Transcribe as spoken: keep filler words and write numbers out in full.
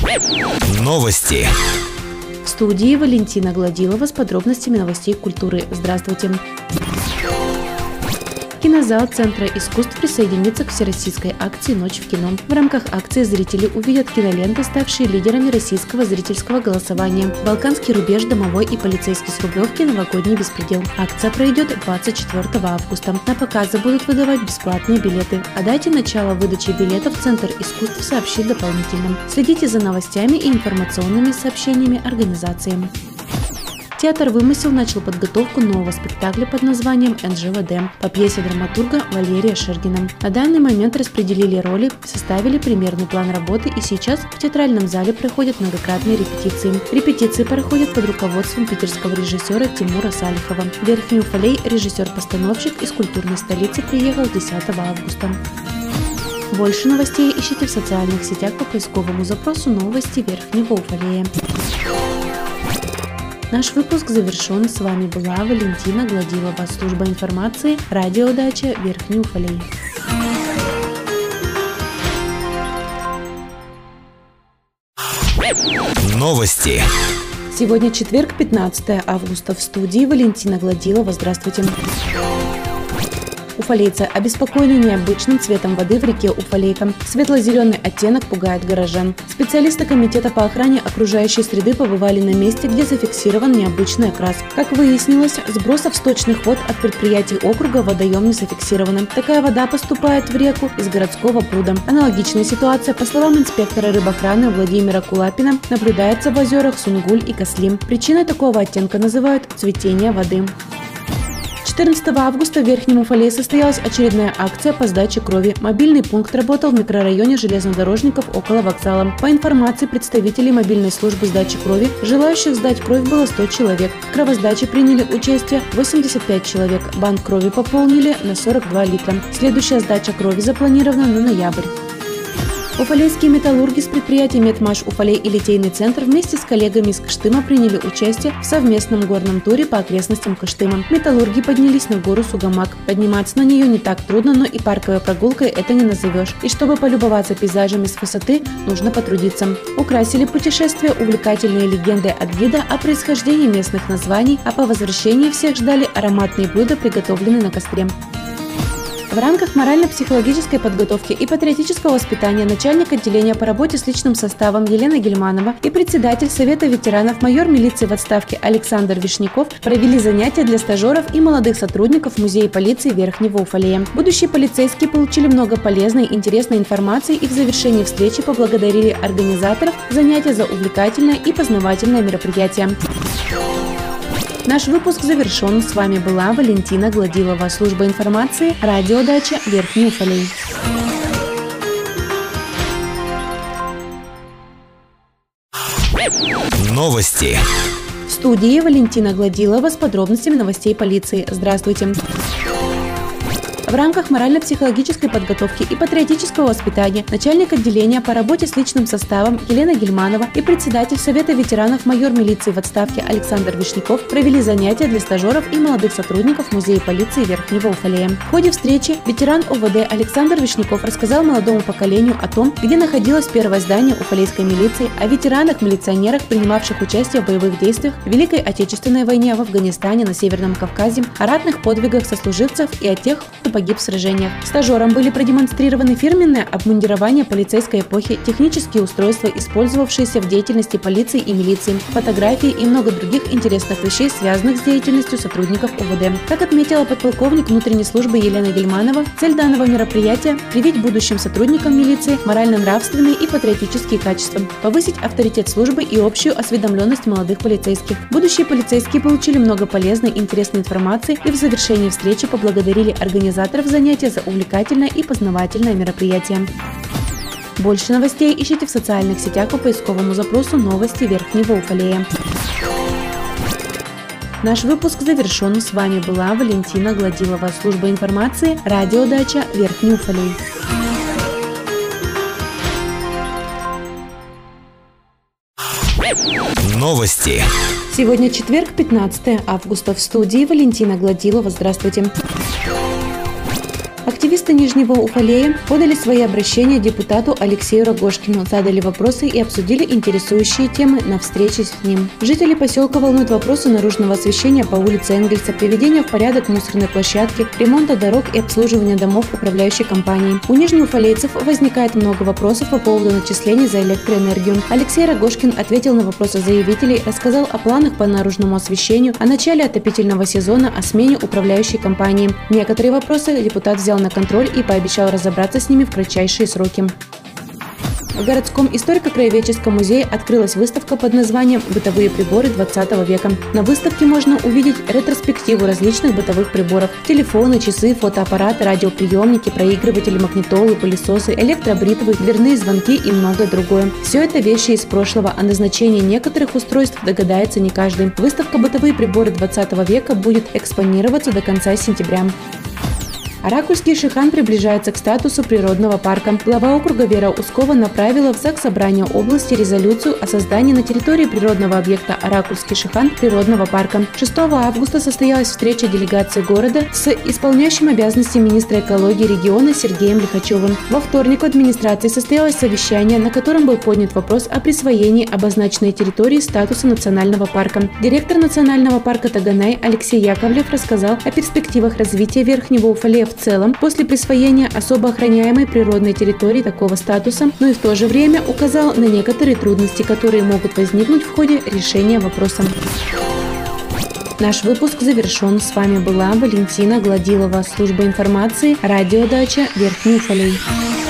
Новости. В студии Валентина Гладилова с подробностями новостей культуры. Здравствуйте. Кинозал Центра искусств присоединится к всероссийской акции «Ночь в кино». В рамках акции зрители увидят киноленты, ставшие лидерами российского зрительского голосования: «Балканский рубеж», «Домовой» и «Полицейский с Рублевки», «Новогодний беспредел». Акция пройдет двадцать четвёртого августа. На показы будут выдавать бесплатные билеты. О дате начала выдачи билетов Центр искусств сообщит дополнительно. Следите за новостями и информационными сообщениями организации. Театр «Вымысел» начал подготовку нового спектакля под названием «эн жэ вэ дэ» по пьесе драматурга Валерия Шергина. На данный момент распределили роли, составили примерный план работы, и сейчас в театральном зале проходят многократные репетиции. Репетиции проходят под руководством питерского режиссера Тимура Салихова. В Верхний Уфалей режиссер-постановщик из культурной столицы приехал десятого августа. Больше новостей ищите в социальных сетях по поисковому запросу «Новости Верхнего Уфалея». Наш выпуск завершен. С вами была Валентина Гладилова, служба информации, радиодача Верхний Уфалей. Новости. Сегодня четверг, пятнадцатого августа. В студии Валентина Гладилова. Здравствуйте. Уфалейцы обеспокоены необычным цветом воды в реке Уфалейка. Светло-зеленый оттенок пугает горожан. Специалисты комитета по охране окружающей среды побывали на месте, где зафиксирован необычный окрас. Как выяснилось, сбросов сточных вод от предприятий округа водоем не зафиксировано. Такая вода поступает в реку из городского пруда. Аналогичная ситуация, по словам инспектора рыбоохраны Владимира Кулапина, наблюдается в озерах Сунгуль и Кослим. Причиной такого оттенка называют цветение воды. четырнадцатого августа в Верхнем Уфалее состоялась очередная акция по сдаче крови. Мобильный пункт работал в микрорайоне железнодорожников около вокзала. По информации представителей мобильной службы сдачи крови, желающих сдать кровь было сто человек. В кровосдаче приняли участие восемьдесят пять человек. Банк крови пополнили на сорок два литра. Следующая сдача крови запланирована на ноябрь. Уфалейские металлурги с предприятий «Метмаш Уфалей» и «Литейный центр» вместе с коллегами из Кыштыма приняли участие в совместном горном туре по окрестностям Кыштыма. Металлурги поднялись на гору Сугамак. Подниматься на нее не так трудно, но и парковой прогулкой это не назовешь. И чтобы полюбоваться пейзажами с высоты, нужно потрудиться. Украсили путешествие увлекательные легенды от гида о происхождении местных названий, а по возвращении всех ждали ароматные блюда, приготовленные на костре. В рамках морально-психологической подготовки и патриотического воспитания начальник отделения по работе с личным составом Елена Гельманова и председатель Совета ветеранов майор милиции в отставке Александр Вишняков провели занятия для стажеров и молодых сотрудников Музея полиции Верхнего Уфалея. Будущие полицейские получили много полезной и интересной информации и в завершении встречи поблагодарили организаторов занятия за увлекательное и познавательное мероприятие. Наш выпуск завершен. С вами была Валентина Гладилова, служба информации, радиодача Верхний Уфалей. Новости. В студии Валентина Гладилова с подробностями новостей полиции. Здравствуйте. В рамках морально-психологической подготовки и патриотического воспитания начальник отделения по работе с личным составом Елена Гельманова и председатель Совета ветеранов майор милиции в отставке Александр Вишняков провели занятия для стажеров и молодых сотрудников Музея полиции Верхнего Уфалея. В ходе встречи ветеран о вэ дэ Александр Вишняков рассказал молодому поколению о том, где находилось первое здание уфалейской милиции, о ветеранах-милиционерах, принимавших участие в боевых действиях в Великой Отечественной войне, в Афганистане, на Северном Кавказе, о ратных подвигах сослуживцев и о тех, кто погиб в сражениях. Стажерам были продемонстрированы фирменное обмундирование полицейской эпохи, технические устройства, использовавшиеся в деятельности полиции и милиции, фотографии и много других интересных вещей, связанных с деятельностью сотрудников о вэ дэ. Как отметила подполковник внутренней службы Елена Гельманова, цель данного мероприятия – привить будущим сотрудникам милиции морально-нравственные и патриотические качества, повысить авторитет службы и общую осведомленность молодых полицейских. Будущие полицейские получили много полезной и интересной информации и в завершении встречи поблагодарили организаторов занятия за увлекательное и познавательное мероприятие. Больше новостей ищите в социальных сетях по поисковому запросу «Новости Верхнего Уфалея». Наш выпуск завершен. С вами была Валентина Гладилова, служба информации, радиодача Верхний Уфалей. Новости. Сегодня четверг, пятнадцатого августа. В студии Валентина Гладилова. Здравствуйте. Активисты Нижнего Уфалея подали свои обращения депутату Алексею Рогожкину, задали вопросы и обсудили интересующие темы на встрече с ним. Жители поселка волнуют вопросы наружного освещения по улице Энгельса, приведения в порядок мусорной площадки, ремонта дорог и обслуживания домов управляющей компании. У нижнеуфалейцев возникает много вопросов по поводу начислений за электроэнергию. Алексей Рогожкин ответил на вопросы заявителей, рассказал о планах по наружному освещению, о начале отопительного сезона, о смене управляющей компании. Некоторые вопросы депутат взял на контроль и пообещал разобраться с ними в кратчайшие сроки. В городском историко-краеведческом музее открылась выставка под названием «Бытовые приборы двадцатого века». На выставке можно увидеть ретроспективу различных бытовых приборов – телефоны, часы, фотоаппараты, радиоприемники, проигрыватели, магнитолы, пылесосы, электробритвы, дверные звонки и многое другое. Все это вещи из прошлого, о назначении некоторых устройств догадается не каждый. Выставка «Бытовые приборы двадцатого века» будет экспонироваться до конца сентября. Аракульский Шихан приближается к статусу природного парка. Глава округа Вера Ускова направила в Заксобрание области резолюцию о создании на территории природного объекта Аракульский Шихан природного парка. шестого августа состоялась встреча делегации города с исполняющим обязанности министра экологии региона Сергеем Лихачевым. Во вторник в администрации состоялось совещание, на котором был поднят вопрос о присвоении обозначенной территории статуса национального парка. Директор национального парка Таганай Алексей Яковлев рассказал о перспективах развития Верхнего Уфалея в целом после присвоения особо охраняемой природной территории такого статуса, но и в то же время указал на некоторые трудности, которые могут возникнуть в ходе решения вопроса. Наш выпуск завершен. С вами была Валентина Гладилова, служба информации, радиодача Верхний Уфалей.